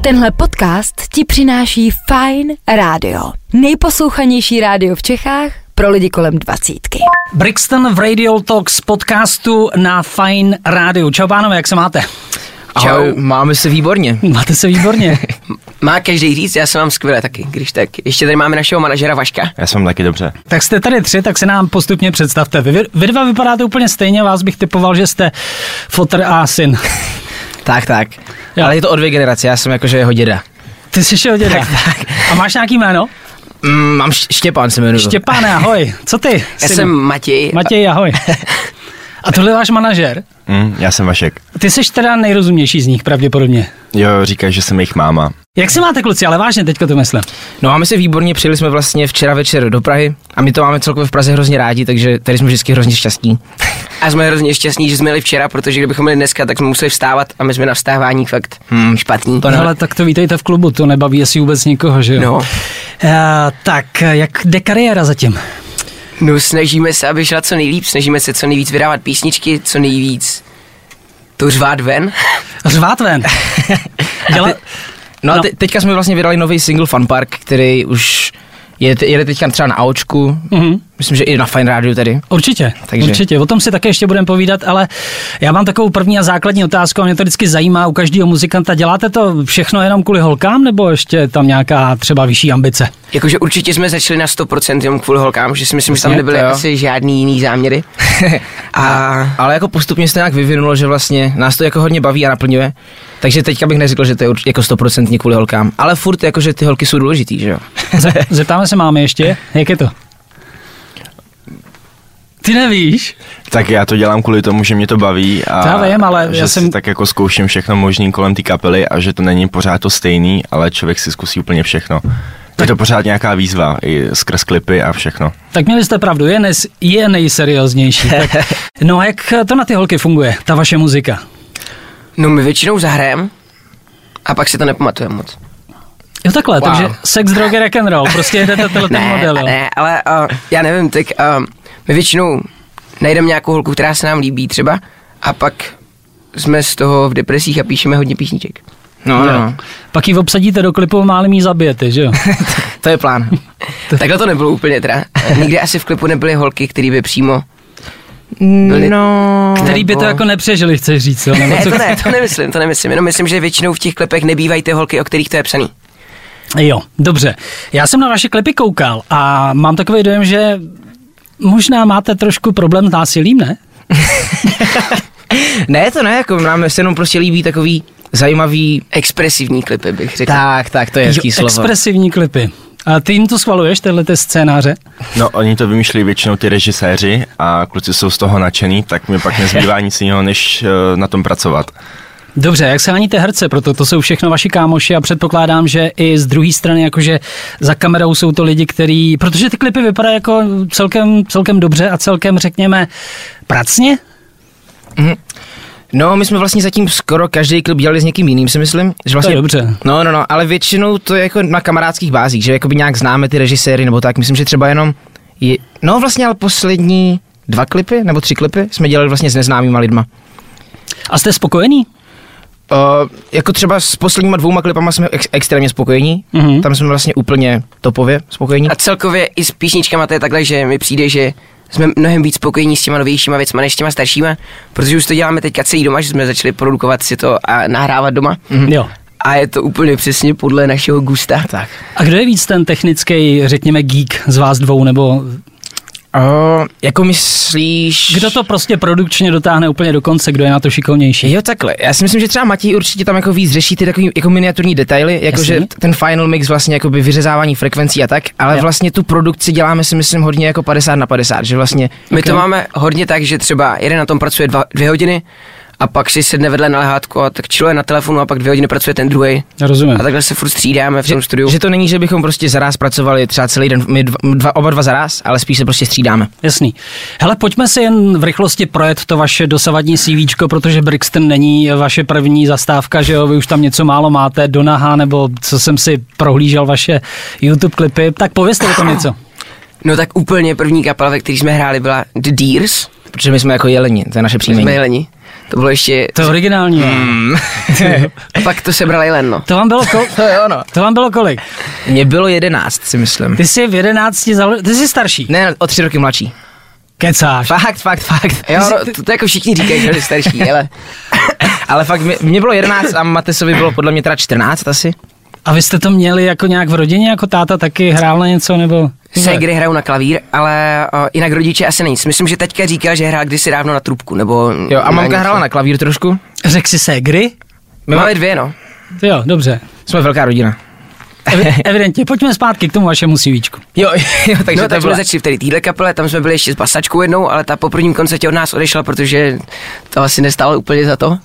Tenhle podcast ti přináší Fajn rádio. Nejposlouchanější rádio v Čechách pro lidi kolem 20. Brixton v Radio Talks podcastu na Fajn rádiu. Čau pánové, jak se máte? Ahoj, máme se výborně. Máte se výborně. Má každý říct, já se mám skvěle taky, když tak. Ještě tady máme našeho manažera Vaška. Já jsem taky dobře. Tak jste tady tři, tak se nám postupně představte. Vy dva vypadáte úplně stejně, vás bych typoval, že jste fotr a syn. Tak. Jo. Ale je to o 2 generace, já jsem jakože jeho děda. Ty jsi jeho děda. Tak. A máš nějaký jméno? Mám Štěpán se jmenuji. Štěpáne, ahoj. Co ty? Já jsem Matěj. Matěj, ahoj. A tohle je váš manažer? Já jsem Vašek. Ty jsi teda nejrozumnější z nich pravděpodobně. Jo, říkáš, že jsem jejich máma. Jak se máte, kluci, ale vážně teďko to myslím. No máme se výborně, přijeli jsme vlastně včera večer do Prahy a my to máme celkově v Praze hrozně rádi, takže tady jsme vždycky hrozně šťastní. A jsme hrozně šťastní, že jsme jeli včera, protože kdybychom měli dneska, tak jsme museli vstávat a my jsme na vstávání fakt špatný. Ale tak to vítejte v klubu, to nebaví asi vůbec nikoho, že jo? No. Tak, jak jde kariéra zatím? No, snažíme se, aby šla co nejlíp, snažíme se co nejvíc vydávat písničky, co nejvíc to řvát ven. Řvát ven? Teďka jsme vlastně vydali nový single Fun Park, který už jede teďka třeba na AOčku, myslím, že i na Fajn rádiu tady. Určitě, o tom si také ještě budeme povídat, ale já mám takovou první a základní otázku a mě to vždycky zajímá u každého muzikanta. Děláte to všechno jenom kvůli holkám, nebo ještě tam nějaká třeba vyšší ambice? Jakože určitě jsme začali na 100% jenom kvůli holkám, že si myslím, že tam nebyly asi žádný jiný záměry. Ale jako postupně se to nějak vyvinulo, že vlastně nás to jako hodně baví a naplňuje. Takže teďka bych neřekl, že to je jako 100% kvůli holkám, ale furt jakože ty holky jsou důležitý, že jo. Zeptáme se máme ještě, jak je to? Ty nevíš? Tak já to dělám kvůli tomu, že mě to baví a já vím, ale že já jsem tak jako zkouším všechno možný kolem té kapely a že to není pořád to stejný, ale člověk si zkusí úplně všechno. Je to pořád nějaká výzva, i skrz klipy a všechno. Tak měli jste pravdu, je nejserióznější. No a jak to na ty holky funguje, ta vaše muzika? No my většinou zahrajeme a pak si to nepamatujeme moc. Jo takhle, takže sex, drogy, rock and roll, prostě jedete ten model, jo? Ne, ale já nevím, tak my většinou najdeme nějakou holku, která se nám líbí třeba a pak jsme z toho v depresích a píšeme hodně písniček. No. Pak ji obsadíte do klipu a málem jí zabijete, že jo? To je plán. Takhle to nebylo úplně teda. Nikdy asi v klipu nebyly holky, který by přímo který by to jako nepřežili, chceš říct, jo? To nemyslím, jenom myslím, že většinou v těch klipech nebývají ty holky, o kterých to je psaný. Jo, dobře. Já jsem na vaše klipy koukal a mám takový dojem, že možná máte trošku problém s násilím, ne? Ne, to ne, jako nám se jenom prostě líbí takový zajímavý expresivní klipy, bych řekl. Tak, to je hezký slovo. Expresivní klipy. A ty jim to schvaluješ, tyhle scénáře? No, oni to vymýšlí většinou ty režiséři a kluci jsou z toho nadšený, tak mi pak nezbývá nic jiného, než na tom pracovat. Dobře, jak se haníte herce, proto to jsou všechno vaši kámoši a předpokládám, že i z druhé strany, jakože za kamerou jsou to lidi, který, protože ty klipy vypadají jako celkem dobře a celkem, řekněme, pracně? No, my jsme vlastně zatím skoro každý klip dělali s někým jiným, si myslím. Že vlastně, to je dobře. No, ale většinou to je jako na kamarádských bázích, že jakoby nějak známe ty režiséry nebo tak. Myslím, že třeba jenom vlastně ale poslední 2 klipy nebo 3 klipy jsme dělali vlastně s neznámýma lidma. A jste spokojený? Jako třeba s posledníma 2 klipama jsme extrémně spokojení. Tam jsme vlastně úplně topově spokojení. A celkově i s písničkama to je takhle, že mi přijde, že jsme mnohem víc spokojení s těma novějšíma věcma než s těma staršíma, protože už to děláme teďka celý doma, že jsme začali produkovat si to a nahrávat doma. Jo. A je to úplně přesně podle našeho gusta. Tak. A kdo je víc ten technický, řekněme, geek z vás dvou, nebo... Jako myslíš... Kdo to prostě produkčně dotáhne úplně do konce, kdo je na to šikovnější? Jo, takhle. Já si myslím, že třeba Matěj určitě tam jako víc řeší ty takový jako miniaturní detaily, jakože ten final mix vlastně jako by vyřezávání frekvencí a tak, ale vlastně tu produkci děláme si myslím hodně jako 50/50, že vlastně... My to máme hodně tak, že třeba jeden na tom pracuje 2 hodiny, a pak si sedne vedle na lehátko a tak chilluje na telefonu a pak 2 hodiny pracuje ten druhý. Rozumím. A takhle se furt střídáme v tom studiu. Že to není, že bychom prostě zaráz pracovali třeba celý den, my oba dva zaráz, ale spíš se prostě střídáme. Jasný. Hele, pojďme si jen v rychlosti projet to vaše dosavadní CVčko, protože Brixton není vaše první zastávka, že jo, vy už tam něco málo máte do naha, nebo co jsem si prohlížel vaše YouTube klipy, tak povězte o tom něco. No tak úplně první kapela, ve který jsme hráli, byla The Deers. Protože my jsme jako jeleni, to je naše příjmení. Jsme jeleni. To bylo ještě... To je originální. A pak to sebrali len, no. To vám bylo kolik? Mně bylo 11, si myslím. Ty jsi v 11 ty jsi starší. Ne, o 3 roky mladší. Kecáš. Fakt. Jo, no, to jako všichni říkají, že jsi starší, ale... Ale fakt, mě bylo 11 a Matesovi bylo podle mě teda 14 asi. A vy jste to měli jako nějak v rodině, jako táta taky hrál na něco, nebo? Ségry hrajou na klavír, ale jinak rodiče asi nic. Myslím, že teďka říkal, že hrál kdysi dávno na trubku, nebo... Jo, a mamka hrála na klavír trošku. Řekl si ségry? My máme 2, no. Jo, dobře. Jsme velká rodina. Evidentně, pojďme zpátky k tomu vašemu CVčku. Jo, takže no, to tak bylo... jsme začali v téhle kapele, tam jsme byli ještě s basačkou jednou, ale ta po prvním koncertě od nás odešla, protože to asi nestálo úplně za to.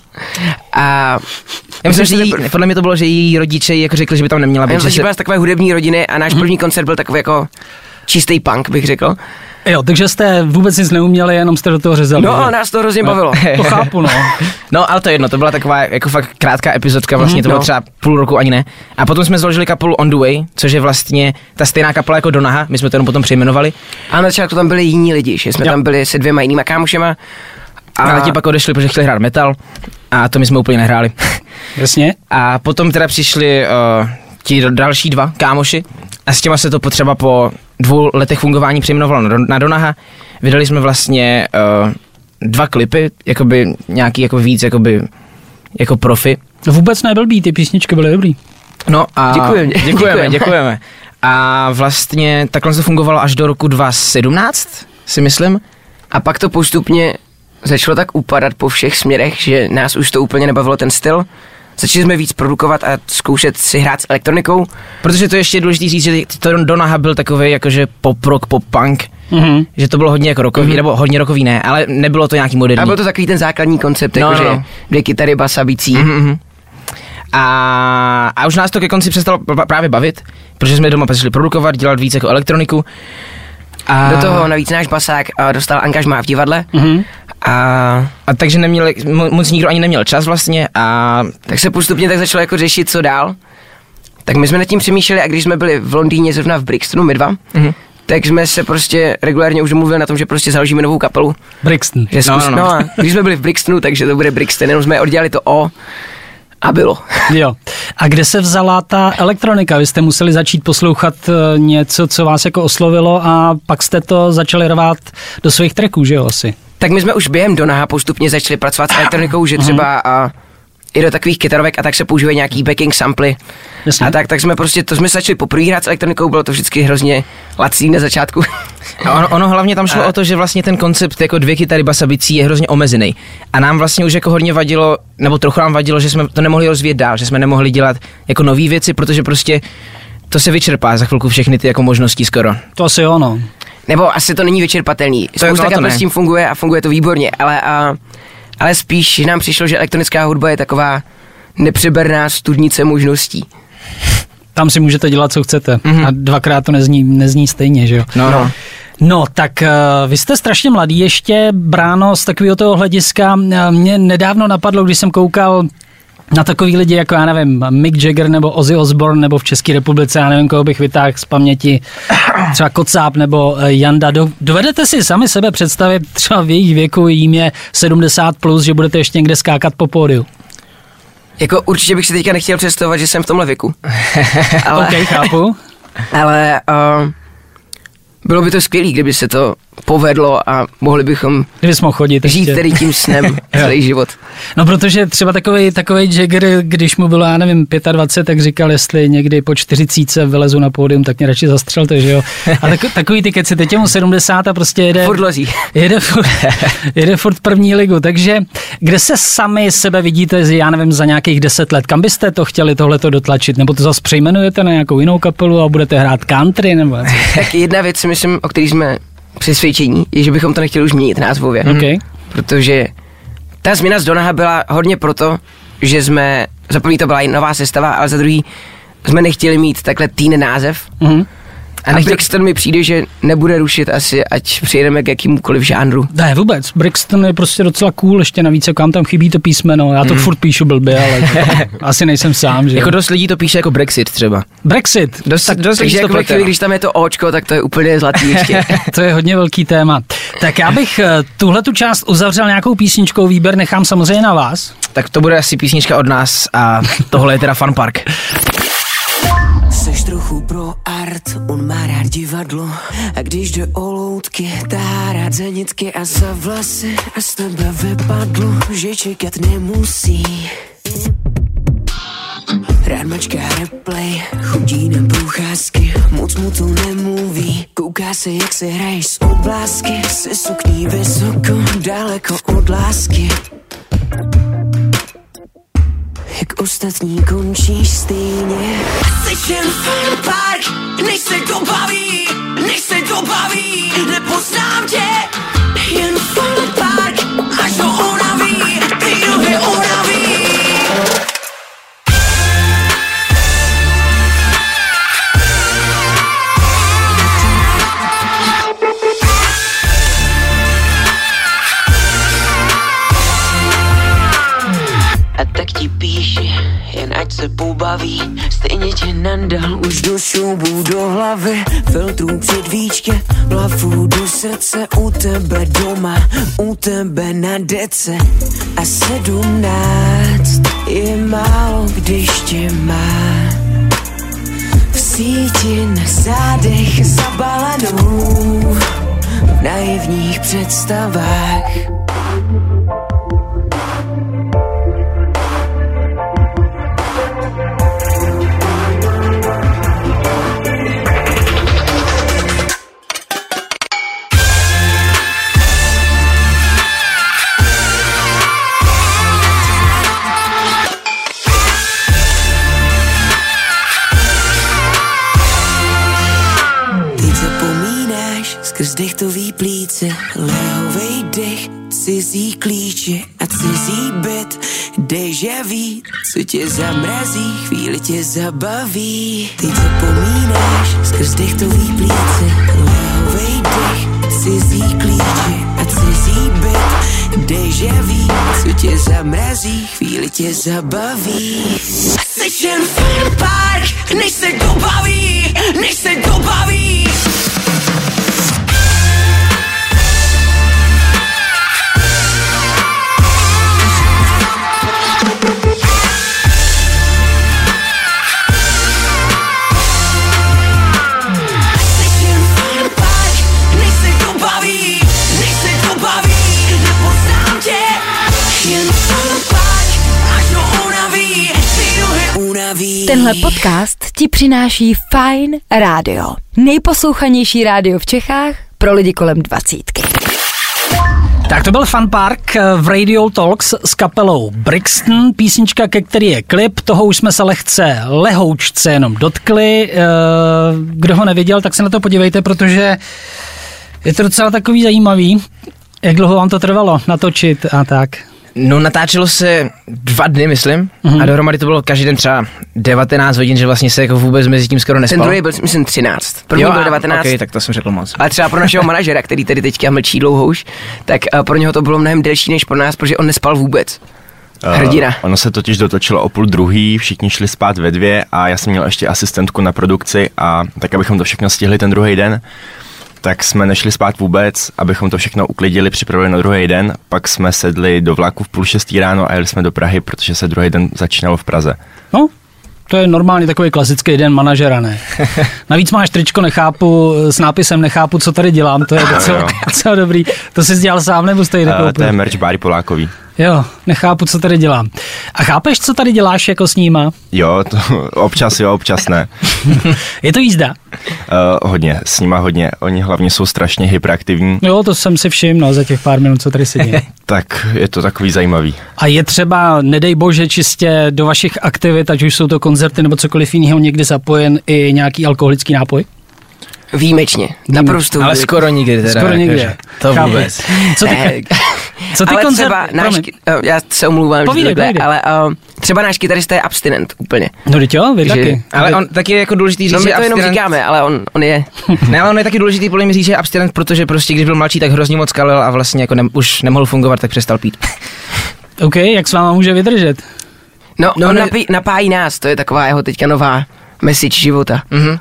A já myslím, že podle mě to bylo, že její rodiče jako řekli, že by tam neměla být. Že byla z takové hudební rodiny a náš první koncert byl takový jako čistý punk, bych řekl. Jo, takže jste vůbec nic neuměli, jenom jste do toho řezali. No, nás to hrozně bavilo. To chápu, no. No, ale to je jedno, to byla taková jako fakt krátká epizodka, vlastně to bylo třeba půl roku ani ne. A potom jsme založili kapelu On The Way, což je vlastně ta stejná kapela jako Donaha, my jsme to jenom potom přejmenovali. A na začátku tam byli jiní lidi, že jsme tam byli se 2 jinýma kámošema. Ale ti pak odešli, protože chtěli hrát metal a to my jsme úplně nehráli. Jasně. A potom teda přišli ti další 2 kámoši a s těma se to potřeba po 2 letech fungování přejmenovalo na Donaha. Vydali jsme vlastně 2 klipy, jakoby nějaký jako víc, jakoby jako profi. No vůbec neblbý, ty písničky byly dobrý. No a Děkujeme. A vlastně takhle to fungovalo až do roku 2017, si myslím. A pak to postupně začalo tak upadat po všech směrech, že nás už to úplně nebavilo ten styl. Začali jsme víc produkovat a zkoušet si hrát s elektronikou. Protože to ještě je důležité říct, že to Donaha byl takový jakože pop rock, pop punk. Že to bylo hodně jako rockový, nebo hodně rockový ne, ale nebylo to nějaký moderní. A byl to takový ten základní koncept, jakože 2 kytary, basa, bicí. A už nás to ke konci přestalo právě bavit, protože jsme doma začali produkovat, dělat víc jako elektroniku. A do toho navíc náš basák dostal angažmá v divadle. A takže moc nikdo ani neměl čas vlastně a tak se postupně tak začalo jako řešit, co dál. Tak my jsme nad tím přemýšleli a když jsme byli v Londýně zrovna v Brixtonu, my 2, tak jsme se prostě regulárně už domluvili na tom, že prostě založíme novou kapelu. Brixton. No a když jsme byli v Brixtonu, takže to bude Brixton, jenom jsme oddělali to O a bylo. Jo. A kde se vzala ta elektronika? Vy jste museli začít poslouchat něco, co vás jako oslovilo a pak jste to začali rvát do svých tracků, že jo asi? Tak my jsme už během Donaha postupně začali pracovat s elektronikou, že třeba i do takových kytarovek a tak se používají nějaký backing samply. Jasně. A tak jsme prostě, to jsme začali poprvé hrát s elektronikou, bylo to vždycky hrozně lací na začátku. A ono hlavně tam šlo o to, že vlastně ten koncept jako 2 kytary, basa, bicí je hrozně omezený. A nám vlastně už jako hodně vadilo, nebo trochu nám vadilo, že jsme to nemohli rozvíjet dál, že jsme nemohli dělat jako nové věci, protože prostě to se vyčerpá za chvilku všechny ty jako možnosti skoro. To asi ono. Nebo asi to není vyčerpatelný. Spousta kapel s tím funguje a funguje to výborně, ale spíš nám přišlo, že elektronická hudba je taková nepřeberná studnice možností. Tam si můžete dělat, co chcete. A 2krát to nezní stejně, že jo? No, tak vy jste strašně mladý ještě, Bráno, z takového toho hlediska. Mě nedávno napadlo, když jsem koukal na takový lidi, jako já nevím, Mick Jagger nebo Ozzy Osbourne, nebo v České republice, já nevím, koho bych vytáhl z paměti, třeba Kocáb nebo Janda. Dovedete si sami sebe představit třeba v jejich věku, jim je 70+, že budete ještě někde skákat po pódiu? Jako určitě bych si teďka nechtěl představovat, že jsem v tomhle věku. Ale, OK, chápu. Ale bylo by to skvělý, kdyby se to povedlo a mohli bychom chodit žít tady tím snem celý život. No protože třeba takovej Jagger, když mu bylo, já nevím, 25, tak říkal, jestli někdy po 40 vylezu na pódium, tak mě radši zastřelte, že jo. A takový ty keci, teď je mu 70 a prostě jede furt první ligu, takže kde se sami sebe vidíte, já nevím, za nějakých 10 let, kam byste to chtěli tohleto dotlačit, nebo to zase přejmenujete na nějakou jinou kapelu a budete hrát country, nebo něco? Tak jedna věc si myslím, o který jsme přesvědčení, je, že bychom to nechtěli už měnit názvově. Okay. Protože ta změna z Donaha byla hodně proto, že jsme, za první to byla nová sestava, ale za druhý jsme nechtěli mít takhle teen název. A Brixton mi přijde, že nebude rušit asi, ať přijedeme k jakýmukoliv žánru. Ne, vůbec. Brixton je prostě docela cool, ještě navíc, jak vám tam chybí to písmeno. Já to furt píšu blbě, ale asi nejsem sám, že? Jako dost lidí to píše jako Brexit třeba. Brexit. Dost lidí jako to chvíli, když tam je to Očko, tak to je úplně zlatý ještě. To je hodně velký téma. Tak já bych tuhletu část uzavřel nějakou písničkou, výběr nechám samozřejmě na vás. Tak to bude asi písnička od nás a tohle je teda Fun Park. Seš trochu pro art, on má rád divadlo. A když jde o loutky, tá rád zenitky a za vlasy. A z tebe vypadlo, že čekat nemusí. Rád mačká replay, chodí na procházky, moc mu to nemluví. Kouká se, jak se hraješ z oblásky, se sukní vysoko, daleko od lásky. Jak ostatní končíš stejně. Jsi jen Fun Park, než se to baví, nepoznám tě. Jen Fun Park, až to unaví, ty nohy unaví. A tak ti píše, jen ať se pobaví. Stejně tě nandal už do šoubu, do hlavy. Filtrů před víčke, hlavu do srdce. U tebe doma, u tebe na dece. A 17 je málo, když tě má v síti na zádech zabalenou v naivních představách. Skrz dechtový plíce, lehovej dech, cizí klíče a cizí byt. Déjà vu, co tě zamrazí, chvíli tě zabaví. Teď zapomínáš, skrz dechtový plíce, lehovej dech, cizí klíče a cizí byt. Déjà vu, co tě zamrazí, chvíli tě zabaví. Jsi jen Fun Park, než se to baví, než se to baví. Tenhle podcast ti přináší Fajn rádio. Nejposlouchanější rádio v Čechách pro lidi kolem 20. Tak to byl Fun Park v Radio Talks s kapelou Brixton, písnička, ke který je klip, toho už jsme se lehoučce jenom dotkli. Kdo ho neviděl, tak se na to podívejte, protože je to docela takový zajímavý. Jak dlouho vám to trvalo natočit a tak? No, natáčelo se 2 dny, myslím, a dohromady to bylo každý den třeba 19 hodin, že vlastně se jako vůbec mezi tím skoro nespal. Ten druhý byl, myslím, 13. První byl 19. Okay, tak to jsem řekl moc. Ale třeba pro našeho manažera, který tady teďka mlčí dlouho už, tak pro něho to bylo mnohem delší než pro nás, protože on nespal vůbec. Hrdina. Ono se totiž dotočilo o 1:30, všichni šli spát ve 2 a já jsem měl ještě asistentku na produkci a tak, abychom to všechno stihli ten druhý den, tak jsme nešli spát vůbec, abychom to všechno uklidili, připravili na druhý den, pak jsme sedli do vlaku v 5:30 ráno a jeli jsme do Prahy, protože se druhý den začínalo v Praze. No, to je normálně takový klasický den manažera, ne? Navíc máš tričko, nechápu, s nápisem nechápu, co tady dělám, to je docela dobrý. To jsi dělal sám, nebo jsi takovou? To je merch Báry Polákový. Jo, nechápu, co tady dělám. A chápeš, co tady děláš jako s níma? Jo, to občas jo, občas ne. Je to jízda? Hodně, s nima hodně. Oni hlavně jsou strašně hyperaktivní. Jo, to jsem si všiml za těch pár minut, co tady sedím. Tak je to takový zajímavý. A je třeba, nedej bože, čistě do vašich aktivit, ať už jsou to koncerty nebo cokoliv jiného, někdy zapojen i nějaký alkoholický nápoj? Výjimečně. Naprosto. Ale skoro nikdy teda. Skoro nikdy. To vůbec. Co ty? Co ty ale koncert... třeba náš, já se omlouvám, povídej. Ale třeba náš kytarista je abstinent úplně. No teď jo, vy taky. Ale on taky je jako důležitý říct, No my že to jenom abstinent... říkáme, ale on je... Ne, ale on je taky důležitý podle mě říct, že je abstinent, protože prostě když byl mladší, tak hrozně moc kalil a vlastně jako už nemohl fungovat, tak přestal pít. OK, jak s váma může vydržet? No on napájí nás, to je taková jeho teďka nová message života.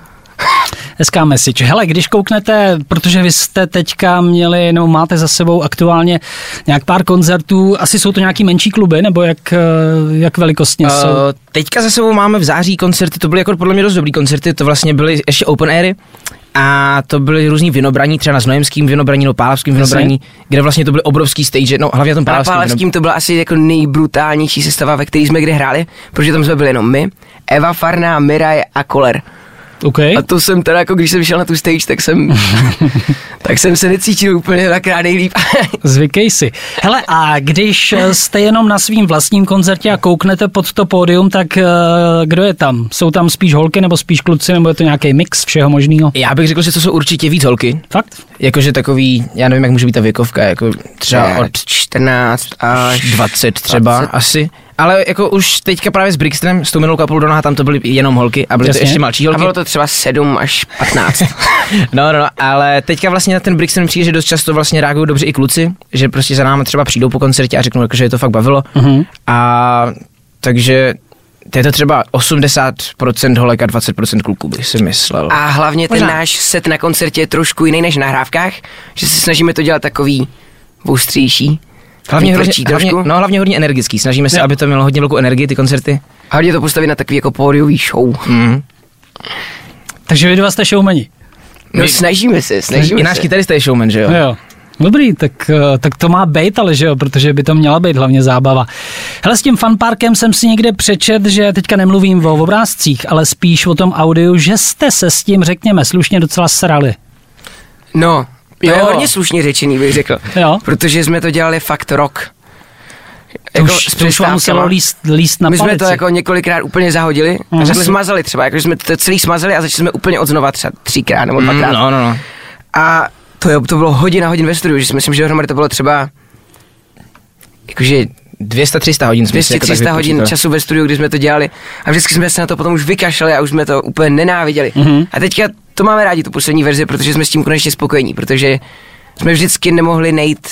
Hezká message. Hele, když kouknete, protože vy jste teďka měli, nebo máte za sebou aktuálně nějak pár koncertů, asi jsou to nějaký menší kluby, nebo jak velikostně jsou? Teďka za sebou máme v září koncerty, to byly jako podle mě dost dobrý koncerty, to vlastně byly ještě open airy a to byly různý Vinobraní, třeba na Znojemským Vinobraní, no Pálavským Vinobraní, kde vlastně to byly obrovský stage, no hlavně na tom Pálavským to byla asi jako nejbrutálnější sestava, ve které jsme kdy hráli, protože tam jsme byli jenom my, Eva Farná, Miraj a Koller. Okay. A to jsem teda, jako když jsem šel na tu stage, tak jsem se necítil úplně takrát nejlíp. Zvykej si. Hele, a když jste jenom na svým vlastním koncertě a kouknete pod to pódium, tak kdo je tam? Jsou tam spíš holky nebo spíš kluci, nebo je to nějaký mix všeho možného? Já bych řekl, že to jsou určitě víc holky. Fakt? Jakože takový, já nevím, jak může být ta věkovka, jako třeba od 14 až 20 třeba 20. Asi. Ale jako už teďka právě s Brixtonem, s tou minulou kapelou Donaha, tam to byly jenom holky a byly to ještě mladší holky. A bylo to třeba 7 až 15. No, ale teďka vlastně na ten Brixton přijde, že dost často vlastně reagují dobře i kluci, že prostě za námi třeba přijdou po koncertě a řeknou, jako, že je to fakt bavilo. A takže to je to třeba 80% holek a 20% kluků, bych si myslel. A hlavně ten náš set na koncertě je trošku jiný než na nahrávkách, že se snažíme to dělat takový ostřejší. Hlavně hodně energický. Snažíme se, aby to mělo hodně velkou energii, ty koncerty. Hlavně to postavit na takový jako pódiový show. Takže vy dva jste showmani. No snažíme se. I náš kytarista je showman, že jo? Jo. Dobrý, tak to má bejt, ale že jo, protože by to měla být hlavně zábava. Hele, s tím fanparkem jsem si někde přečet, že teďka nemluvím o obrázcích, ale spíš o tom audiu, že jste se s tím, řekněme, slušně docela srali. No, to je hodně slušně řečený, bych řekl. Jo. Protože jsme to dělali fakt rok. Jako to už vám muselo líst na my palici. jsme to jako několikrát úplně zahodili, a jsme smazali třeba, jako jsme to celý smazali a začali jsme úplně odznova třeba 3krát nebo 2krát. No. A to bylo hodin ve studiu, že si myslím, že dohromady to bylo třeba jakože 200-300 hodin. 200-300 hodin času ve studiu, kdy jsme to dělali a vždycky jsme se na to potom už vykašlali a už jsme to úplně nenáviděli. A teďka to máme rádi, tu poslední verzi, protože jsme s tím konečně spokojení, protože jsme vždycky nemohli najít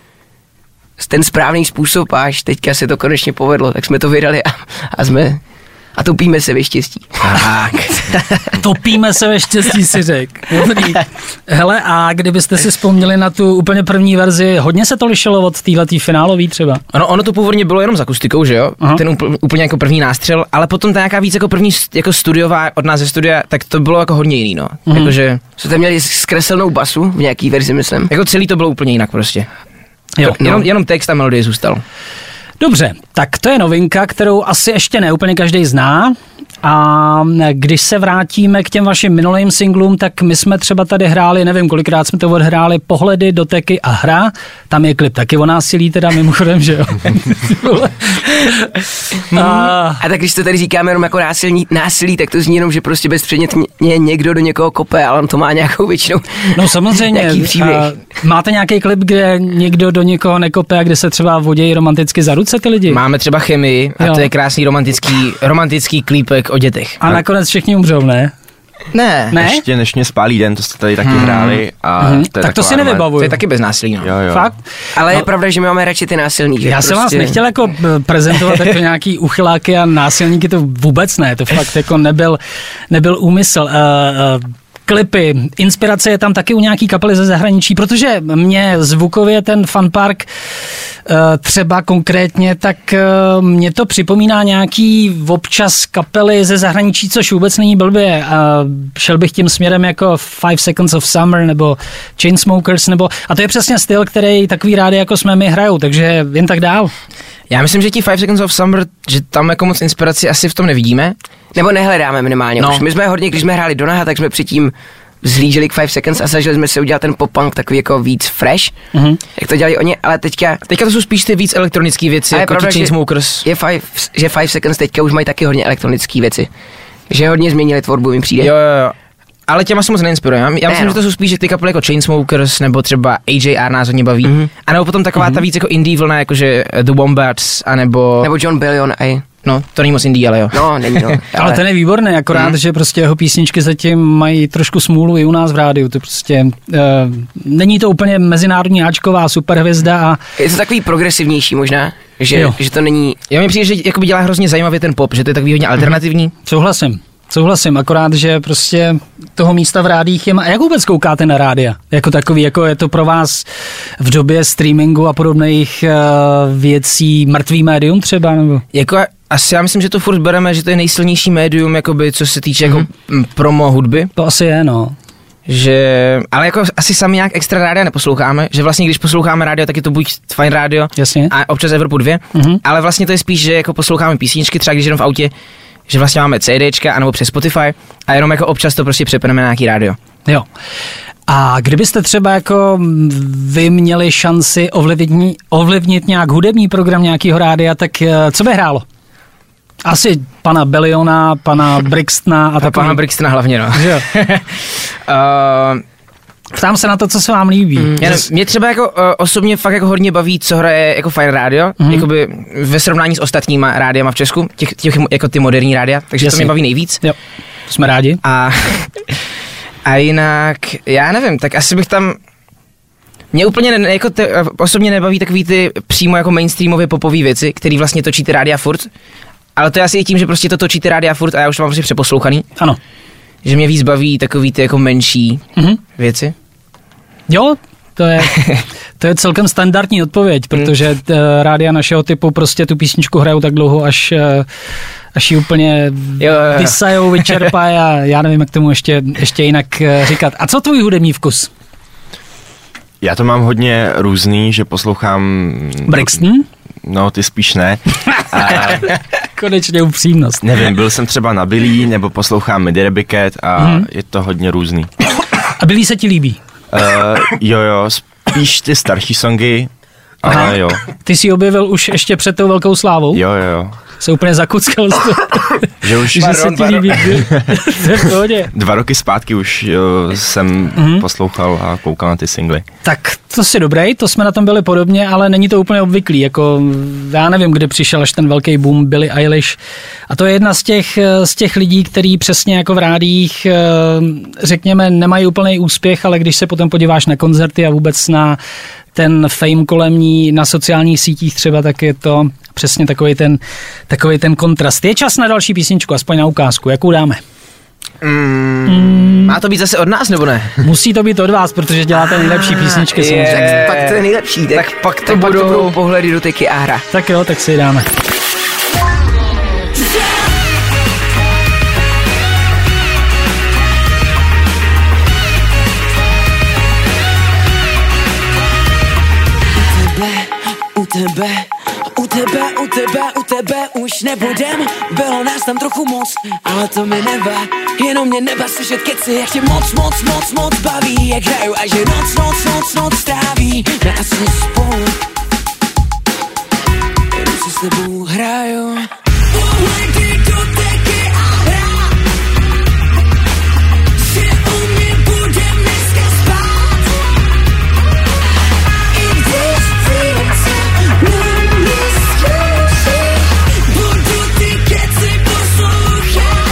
ten správný způsob a až teďka se to konečně povedlo, tak jsme to vydali a topíme se ve štěstí. Tak. Topíme se ve štěstí, si řek. Dobrý. Hele, a kdybyste si vzpomněli na tu úplně první verzi, hodně se to lišilo od téhletý finálový třeba? Ono to původně bylo jenom s akustikou, že jo? Ten úplně jako první nástřel, ale potom ta nějaká víc jako první jako studiová od nás ze studia, tak to bylo jako hodně jiný, no. Jakože... Jste měli zkreslenou basu v nějaký verzi, myslím. Jako celý to bylo úplně jinak prostě. Jo, jenom text a melodie zůstal. Dobře, tak to je novinka, kterou asi ještě ne úplně každý zná. A když se vrátíme k těm vašim minulým singlům, tak my jsme třeba tady hráli, nevím kolikrát jsme to odhráli, Pohledy, doteky a hra. Tam je klip taky o násilí, teda mimochodem, že jo. A tak když to tady říkáme jenom jako násilí, tak to zní jenom, že prostě bezpředmětně někdo do někoho kope, ale on to má nějakou většinou. No samozřejmě. Máte nějaký klip, kde někdo do někoho nekope a kde se třeba vodějí romanticky za ruce ty lidi? Máme třeba Chemii a to je krásný romantický klípek o dětech. A nakonec všichni umřou, ne? Ne. Ještě než mě spálí den, to jste tady taky hráli. A to je tak to si nevybavuju. To je taky bez násilí, no. Jo. Fakt? Ale je pravda, že my máme radši ty násilníky. Já jsem vás nechtěl jako prezentovat jako nějaký uchyláky a násilníky, to vůbec ne, to fakt jako nebyl úmysl. Klipy, inspirace je tam taky u nějaký kapely ze zahraničí, protože mě zvukově ten fanpark třeba konkrétně, tak mě to připomíná nějaký občas kapely ze zahraničí, což vůbec není blbě. Šel bych tím směrem jako 5 Seconds of Summer nebo Chainsmokers, a to je přesně styl, který takový rádi jako jsme my hrajou, takže jen tak dál. Já myslím, že ti 5 Seconds of Summer, že tam jako moc inspiraci asi v tom nevidíme. Nebo nehledáme minimálně. No. Už my jsme hodně, když jsme hráli Donaha, tak jsme předtím zhlíželi k 5 Seconds a snažili jsme se udělat ten pop-punk takový jako víc fresh, jak to dělali oni, ale teďka to jsou spíš ty víc elektronické věci, jako ti Chainsmokers. Že 5 Seconds teďka už mají taky hodně elektronické věci. Že hodně změnili tvorbu, mi přijde. Jo. ale těma se moc neinspirujeme. Já myslím, že to jsou spíš ty kapely jako Chainsmokers nebo třeba AJR nás hodně baví. A nebo potom taková ta víc jako indie vlna, jakože The Wombats, anebo John Bellion, No, to není moc indie, ale jo. No, není to. Ale ten je výborný, akorát, že prostě jeho písničky zatím mají trošku smůlu i u nás v rádiu. To prostě není to úplně mezinárodní áčková superhvězda a... Je to takový progresivnější možná, že to není... Já mi přijde, že jakoby dělá hrozně zajímavě ten pop, že to je takový hodně alternativní. Souhlasím, akorát, že prostě toho místa v rádiích je... A jak vůbec koukáte na rádia? Jako takový, jako je to pro vás v době streamingu a podobných věcí mrtvý médium třeba? Nebo? Jako asi já myslím, že to furt bereme, že to je nejsilnější médium, jakoby, co se týče jako promo hudby. To asi je, no. Že, ale jako asi sami nějak extra rádia neposloucháme, že vlastně když posloucháme rádio, tak je to buď Fajn rádio a občas Evropu 2, ale vlastně to je spíš, že jako posloucháme písničky, třeba když jenom v autě, že vlastně máme CDčka anebo přes Spotify a jenom jako občas to prostě přepneme na nějaký rádio. Jo. A kdybyste třeba jako vy měli šanci ovlivnit nějak hudební program nějakého rádia, tak co by hrálo? Asi pana Belliona, pana Brixtona a pana Brixtona hlavně, no. Ptám se na to, co se vám líbí. Mě třeba jako osobně fakt jako hodně baví, co hraje jako Fajn rádio, jakoby ve srovnání s ostatníma rádiama v Česku, těch jako ty moderní rádia, takže to mě baví nejvíc. Jo, to jsme rádi. A jinak, já nevím, tak asi bych tam... Mě úplně osobně nebaví takový ty přímo jako mainstreamové popové věci, který vlastně točí ty rádia furt. Ale to je asi tím, že prostě to točí ty rádia furt a já už mám prostě přeposlouchaný. Ano. Že mě víc baví takový ty jako menší věci. Jo, to je celkem standardní odpověď, protože rádia našeho typu prostě tu písničku hrajou tak dlouho, až ji úplně vysajou, vyčerpají a já nevím, jak tomu ještě jinak říkat. A co tvůj hudební vkus? Já to mám hodně různý, že poslouchám... Brixton? No, ty spíš ne. Konečně upřímnost. Nevím, byl jsem třeba na Billy, nebo poslouchám Midi Rebiket a je to hodně různý. A Billy se ti líbí? Jo, spíš ty starší songy, ale jo. Ty jsi objevil už ještě před tou velkou slávou? Jo. Se úplně zakuckal. Že se ti líbí. 2 roky zpátky už jsem poslouchal a koukal na ty singly. Tak to si dobrý, to jsme na tom byli podobně, ale není to úplně obvyklý. Jako, já nevím, kdy přišel až ten velký boom Billie Eilish. A to je jedna z těch lidí, který přesně jako v rádiích, řekněme, nemají úplný úspěch, ale když se potom podíváš na koncerty a vůbec na ten fame kolem ní na sociálních sítích třeba, tak je to přesně takový ten kontrast. Je čas na další písničku, aspoň na ukázku. Jakou dáme? Má to být zase od nás, nebo ne? Musí to být od vás, protože děláte nejlepší písničky. Tak pak to je nejlepší. Tak pak to budou pohledy do teky a hra. Tak jo, tak si ji dáme. U tebe už nebudem, bylo nás tam trochu moc, ale to mi nevá, jenom mě nebav slyšet keci, jak tě moc baví, jak hraju a že noc tráví, ne a jsme spolu, jenom si s tebou hraju. Pohledy do teky a hra, že u mě budem dneska spát, i když přijde na mě zkouši, budu ty keci poslouchat.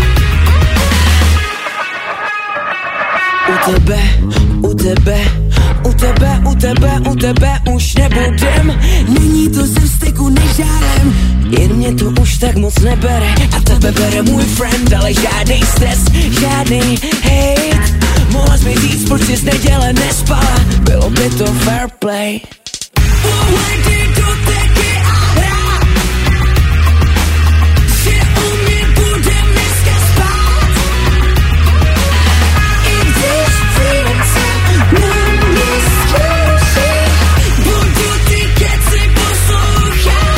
U tebe už nebudem, není to ze vzteku nežálem, jen mě to už tak moc nebere a tebe bere můj friend, ale žádnej stres, žádný hate. Mohla jsi mi říct, proč jsi z neděle nespala, bylo by to fair play. Pohledy do teky a hra, že u mě budem dneska spát, i když přijde na mě zkouši, budu ty keci poslouchat.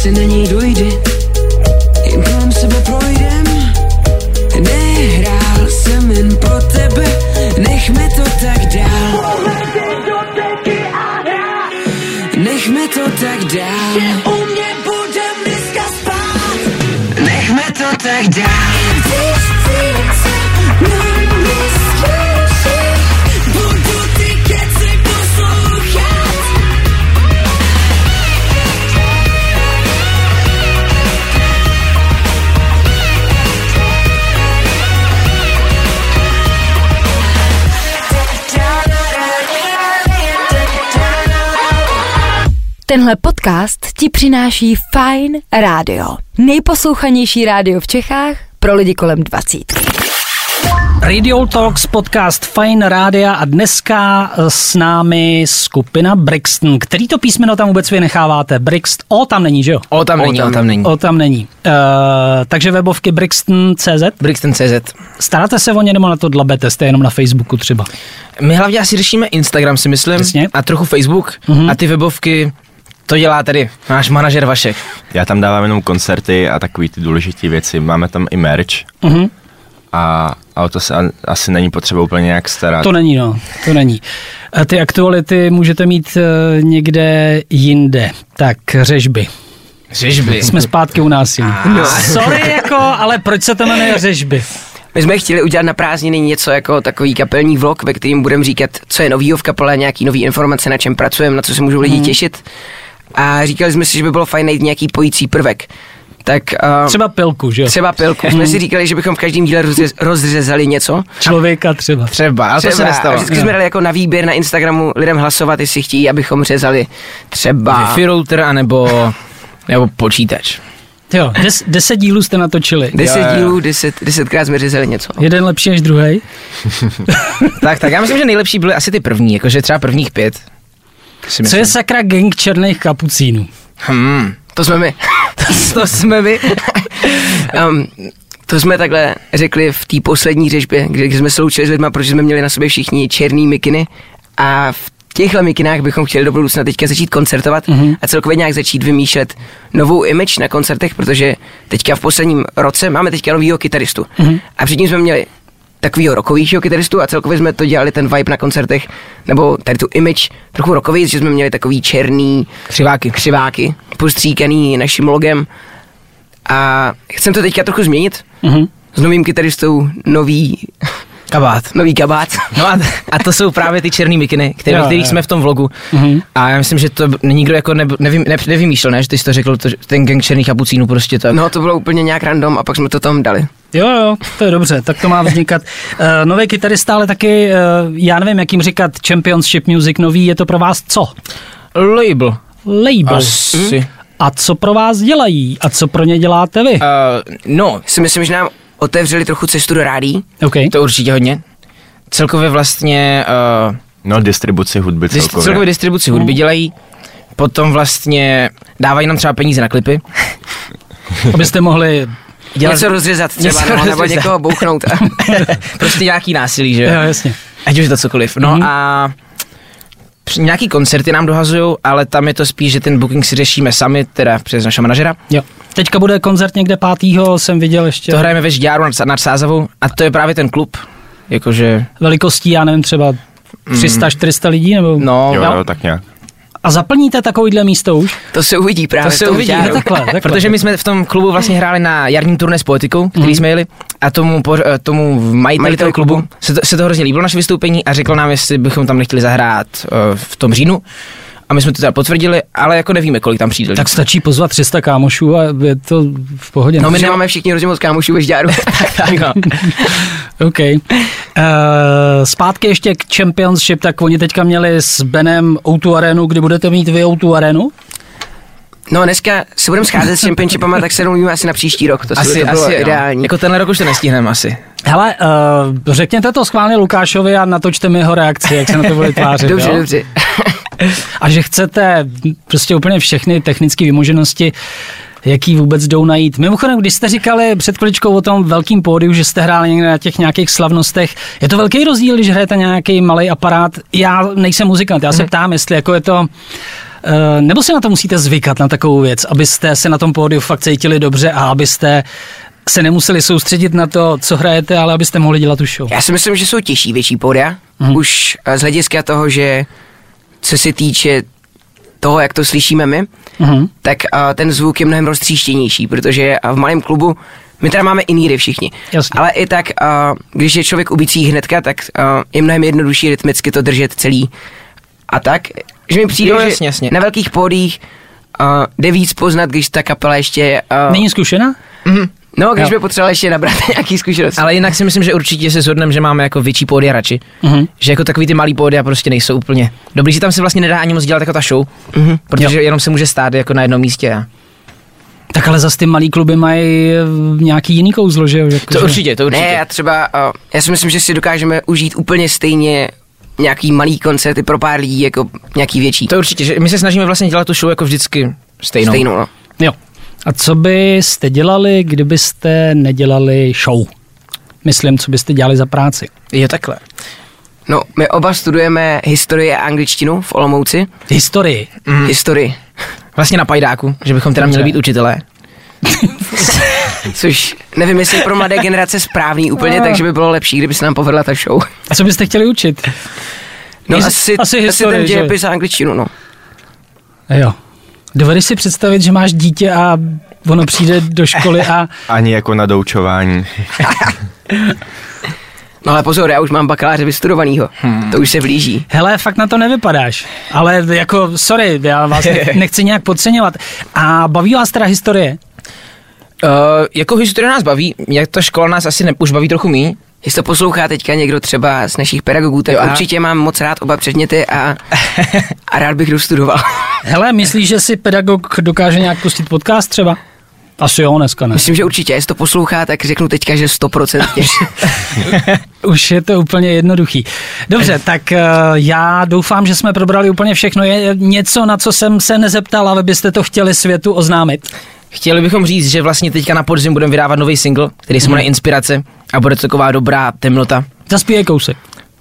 se na něj dojde, jen kolem sebe projdem. Nehrál jsem jen pro tebe, nechme to tak dál. Nechme to tak dál. U mě budem dneska spát. Nechme to tak dál. Když chci na mě slyšet, budu ty keci poslouchat. Tenhle podcast ti přináší Fajn rádio. Nejposlouchanější rádio v Čechách pro lidi kolem 20. Radio Talks, podcast Fajn rádia a dneska s námi skupina Brixton. Který to písmeno tam vůbec vy necháváte? Brixton, O tam není, že jo? O tam není. Takže webovky Brixton.cz? Brixton.cz. Staráte se o ně nebo na to dlabete? Jste jenom na Facebooku třeba? My hlavně asi řešíme Instagram, si myslím. Jasně. A trochu Facebook. A ty webovky, to dělá tady náš manažer Vašek. Já tam dávám jenom koncerty a takový ty důležité věci. Máme tam i merch. A o to se asi není potřeba úplně nějak starat. To není, no. To není. A ty aktuality můžete mít někde jinde. Tak, řežby. Jsme zpátky u násilí. Sorry, ale proč se to jmenuje řežby? My jsme chtěli udělat na prázdniny něco jako takový kapelní vlog, ve kterým budeme říkat, co je novýho v kapele, nějaký nový informace, na čem pracujeme, na co se můžou lidi těšit. A říkali jsme si, že by bylo fajn najít nějaký pojící prvek. Tak, třeba pilku, že jo? Třeba pilku. Jsme si říkali, že bychom v každém díle rozřezali něco. Člověka třeba, ale to se nestalo. A vždycky jsme dali jako na výběr na Instagramu lidem hlasovat, jestli chtějí, abychom řezali třeba Wi-Fi router anebo počítač. Jo, 10 dílů jste natočili. 10 dílů, 10krát jsme řezali něco. Jeden lepší než druhý. tak, já myslím, že nejlepší byly asi ty první, jakože třeba prvních 5. Co je sakra gang černých kapucínů? To jsme my. to jsme my. To jsme takhle řekli v té poslední řežbě, kde jsme se loučili s lidma, protože jsme měli na sobě všichni černý mikiny a v těchhle mikinách bychom chtěli do budoucna teďka začít koncertovat a celkově nějak začít vymýšlet novou image na koncertech, protože teďka v posledním roce máme teďka novýho kytaristu a předtím jsme měli takovýho rockovýšího kytaristu a celkově jsme to dělali ten vibe na koncertech, nebo tady tu image trochu rockový, že jsme měli takový černý křiváky postříkaný naším logem a chcem to teďka trochu změnit s novým kytaristou, nový kabát. No a to jsou právě ty černý mikiny, kterých jsme v tom vlogu. A já myslím, že to nikdo jako nevymýšlel, ne? Že ty jsi to řekl, ten gang černých kapucínů prostě tak. No to bylo úplně nějak random a pak jsme to tam dali. Jo, to je dobře, tak to má vznikat. Nový kytarista, ale taky, já nevím, jak jim říkat Championship Music nový, je to pro vás co? Label. Asi. A co pro vás dělají? A co pro ně děláte vy? Si myslím, že nám otevřeli trochu cestu do rádií. Okay. To určitě hodně. Celkově vlastně... distribuci hudby celkově. Celkově distribuci hudby dělají. Potom vlastně dávají nám třeba peníze na klipy. Abyste mohli... Něco rozřezat třeba, nebo někoho bouchnout. Prostě nějaký násilí, že? Jo, jasně. Ať už je to cokoliv. No a... Nějaký koncerty nám dohazujou, ale tam je to spíš, že ten booking si řešíme sami, teda přes našeho manažera. Jo. Teďka bude koncert někde 5. jsem viděl ještě. To hrajeme ve Žďáru nad Sázavou a to je právě ten klub. Jakože... Velikostí, já nevím, třeba 300-400 lidí, nebo... No, jo, tak nějak. A zaplníte takovýhle místo už? To se uvidí právě. To se uvidí, takhle. Protože my jsme v tom klubu vlastně hráli na jarním turné s Poetikou, který jsme jeli a tomu majiteli toho klubu se to hrozně líbilo naše vystoupení a řekl nám, jestli bychom tam nechtěli zahrát v tom říjnu. A my jsme to teda potvrdili, ale jako nevíme, kolik tam přijde. Tak stačí pozvat 300 kámošů a je to v pohodě. No my nemáme všichni hrozně moc kámošů ve Žďáru. OK. Zpátky ještě k Championship, tak oni teďka měli s Benem O2 Arenu, kdy budete mít vy O2 Arenu? No dneska se budeme scházet s Championshipama, tak se domluvíme asi na příští rok, to bylo ideální. Jako tenhle rok už to nestihneme asi. Hele, řekněte to schválně Lukášovi a natočte mi jeho reakci, jak se na to bude tvářit. Dobře. A že chcete prostě úplně všechny technické vymoženosti, jaký vůbec jdou najít. Mimochodem, když jste říkali před chviličkou o tom velkým pódiu, že jste hráli někde na těch nějakých slavnostech, je to velký rozdíl, když hrajete nějaký malý aparát? Já nejsem muzikant, já se ptám, jestli jako je to Nebo si na to musíte zvykat, na takovou věc, abyste se na tom pódiu fakt cítili dobře a abyste se nemuseli soustředit na to, co hrajete, ale abyste mohli dělat tu show? Já si myslím, že jsou těžší větší pódia. Už z hlediska toho, že co se týče toho, jak to slyšíme my, tak ten zvuk je mnohem roztříštěnější, protože v malém klubu my teda máme iníry všichni. Jasně. Ale i tak, když je člověk u bicí hnedka, tak je mnohem jednodušší rytmicky to držet celý. A tak, že mi přijde, jasně. na velkých pódiích jde víc poznat, když ta kapela ještě... Není zkušená? No, když by potřeboval ještě nabrat nějaký zkušenost. Ale jinak si myslím, že určitě se shodneme, že máme jako větší pódia radši. Že jako takový ty malý pódia prostě nejsou úplně dobrý, že tam se vlastně nedá ani moc dělat jako ta show, protože jenom se může stát jako na jednom místě. Tak ale zase ty malý kluby mají nějaký jiný kouzlo, že jo? To určitě. Ne, já třeba, já si myslím, že si dokážeme užít úplně stejně nějaký malý koncerty pro pár lidí, jako nějaký větší. To určitě, že my se snažíme vlastně dělat tu show jako vždycky stejnou. No. Jo. A co byste dělali, kdybyste nedělali show? Myslím, co byste dělali za práci? Je takhle. No, my oba studujeme historii a angličtinu v Olomouci. Historii? Historii. Vlastně na pajdáku, že bychom teda měli být učitelé. Což nevím, jestli je pro mladé generace správný úplně, takže by bylo lepší, kdyby se nám povedla ta show. A co byste chtěli učit? No asi historii, ten dějepis a angličtinu, no. Jo. Dovedeš si představit, že máš dítě a ono přijde do školy a... Ani jako na doučování. No ale pozor, já už mám bakaláře vystudovanýho. To už se blíží. Hele, fakt na to nevypadáš. Ale jako, sorry, já vás nechci nějak podceňovat. A baví vás teda historie? Jako historie nás baví, jak ta škola nás asi už baví trochu míň. Jestli to poslouchá teďka někdo třeba z našich pedagogů, tak určitě mám moc rád oba předměty a rád bych dostudoval. Hele, myslíš, že si pedagog dokáže nějak pustit podcast třeba? Asi jo, dneska ne. Myslím, že určitě, jestli to poslouchá, tak řeknu teďka, že 100%. Už je to úplně jednoduchý. Dobře, tak já doufám, že jsme probrali úplně všechno. Je něco, na co jsem se nezeptal, ale byste to chtěli světu oznámit? Chtěli bychom říct, že vlastně teďka na podzim budeme vydávat nový single, který se jmenuje Inspirace a bude to taková dobrá temnota. Zaspívej kousek.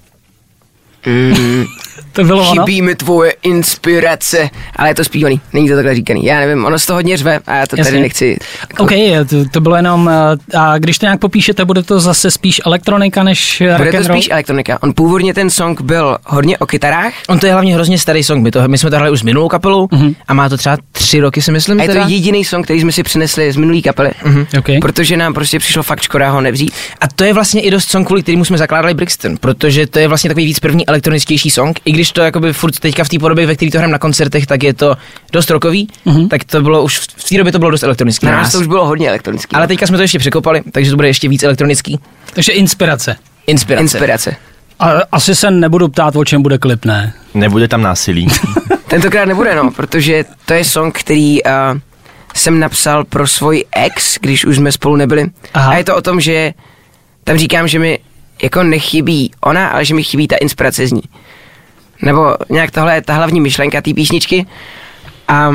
To bylo ono? Chybí mi tvoje inspirace, ale je to zpívaný, není to takhle říkaný. Já nevím, ono z toho hodně řve a já to tady nechci. OK, to bylo jenom, a když to nějak popíšete, bude to zase spíš elektronika než rock and roll? Bude to spíš elektronika. On původně ten song byl hodně o kytarách. On to je hlavně hrozně starý song, my jsme to hráli už s minulou kapelou a má to třeba 3 roky, si myslím. A je to jediný song, který jsme si přinesli z minulý kapely, Okay. protože nám prostě přišlo fakt škoda ho nevzít. A to je vlastně i dost song, kvůli kterému jsme zakládali Brixton, protože to je vlastně takový víc první elektroničtější song, i když to jakoby furt teďka v té podobě, ve které to hrám na koncertech, tak je to dost rockový, tak to bylo už v té době to bylo dost elektronický. Na nás to už bylo hodně elektronický. Ale teďka jsme to ještě překopali, takže to bude ještě víc elektronický. Takže inspirace. A asi se nebudu ptát, o čem bude klip, ne? Nebude tam násilí. Tentokrát nebude, no, protože to je song, který jsem napsal pro svůj ex, když už jsme spolu nebyli. Aha. A je to o tom, že tam říkám, že mi jako nechybí ona, ale že mi chybí ta inspirace z ní. Nebo nějak tohle je ta hlavní myšlenka té písničky. A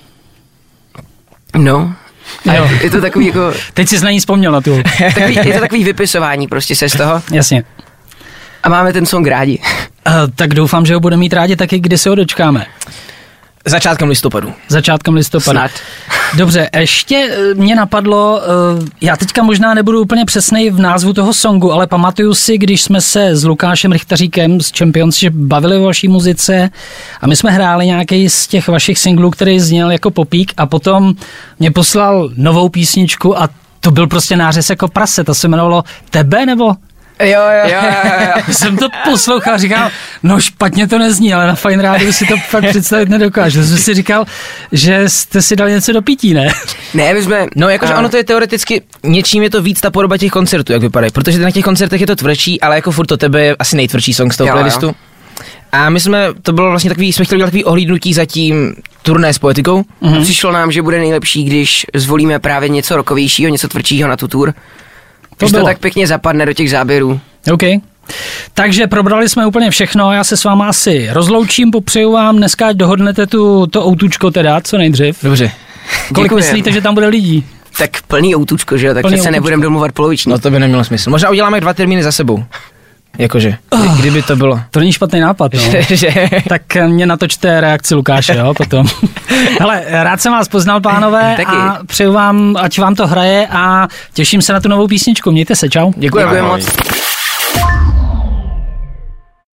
no, Jo. je to takový jako... Teď jsi na ní vzpomněl na tu. Je to takový vypisování prostě se z toho. Jasně. A máme ten song rádi. Tak doufám, že ho budeme mít rádi taky, kdy se ho dočkáme. Začátkem listopadu. Snad. Dobře, ještě mě napadlo, já teďka možná nebudu úplně přesnej v názvu toho songu, ale pamatuju si, když jsme se s Lukášem Richtaříkem z Champions bavili o vaší muzice a my jsme hráli nějaký z těch vašich singlů, který zněl jako popík a potom mě poslal novou písničku a to byl prostě nářez jako prase, to se jmenovalo Tebe nebo... Jo. Jsem to poslouchal a říkal, no špatně to nezní, ale na Fajn rádiu si to fakt představit nedokážu. Jsem si říkal, že jste si dali něco do pití, ne? Ne, my jsme... No jakože ono to je teoreticky, něčím je to víc ta podoba těch koncertů, jak vypadají, protože na těch koncertech je to tvrdší, ale jako furt to Tebe je asi nejtvrdší song z toho playlistu. A my jsme, to bylo vlastně takový, jsme chtěli dělat takový ohlídnutí za tím turné s Poetikou. Mm-hmm. Přišlo nám, že bude nejlepší, když zvolíme právě něco rockovějšího, něco tvrdšího na tu tour. Když to tak pěkně zapadne do těch záběrů. OK. Takže probrali jsme úplně všechno, já se s váma asi rozloučím, popřeju vám dneska, ať dohodnete to autůčko teda, co nejdřív. Dobře. Kolik myslíte, že tam bude lidí? Tak plný autůčko, že jo, tak se nebudeme domluvat poloviční. No to by nemělo smysl. Možná uděláme 2 termíny za sebou. jakože, kdyby to bylo. To není špatný nápad, no. Tak mě natočte reakci Lukáše, jo, potom. Hele, rád jsem vás poznal, pánové, a přeju vám, ať vám to hraje a těším se na tu novou písničku. Mějte se, čau. Děkujeme moc.